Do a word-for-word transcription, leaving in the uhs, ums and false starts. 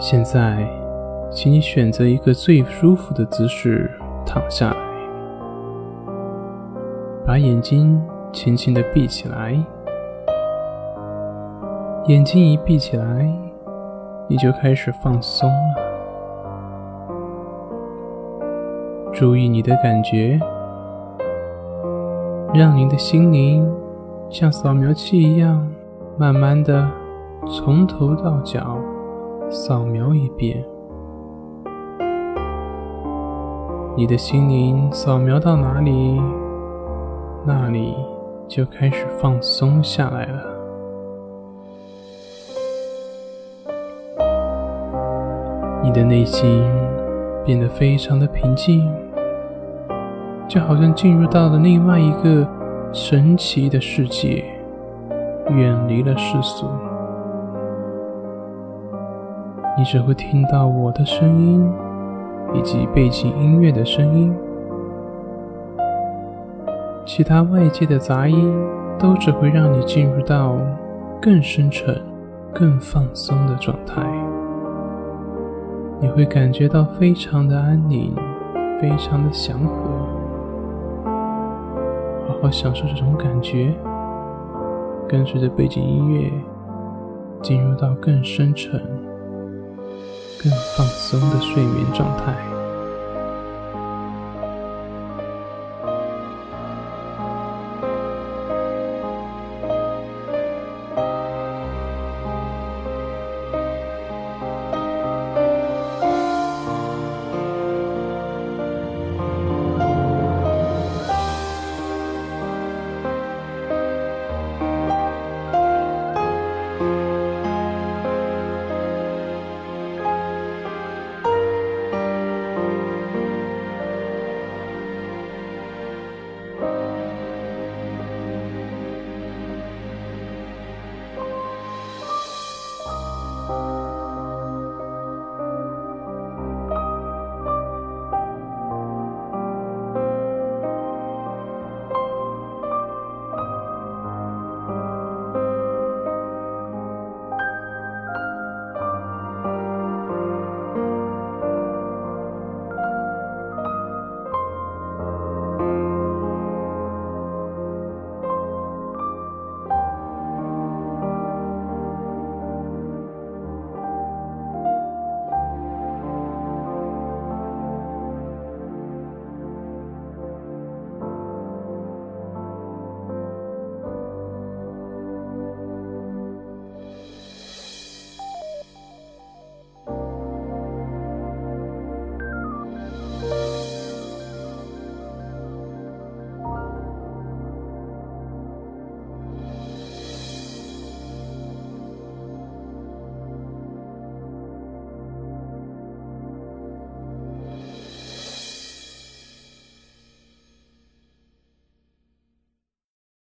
现在，请你选择一个最舒服的姿势躺下来，把眼睛轻轻地闭起来。眼睛一闭起来，你就开始放松了。注意你的感觉，让你的心灵像扫描器一样，慢慢地从头到脚扫描一遍。你的心灵扫描到哪里，那里就开始放松下来了。你的内心变得非常的平静，就好像进入到了另外一个神奇的世界，远离了世俗。你只会听到我的声音以及背景音乐的声音，其他外界的杂音都只会让你进入到更深沉、更放松的状态。你会感觉到非常的安宁，非常的祥和。好好享受这种感觉，跟随着背景音乐进入到更深沉、更放松的睡眠状态。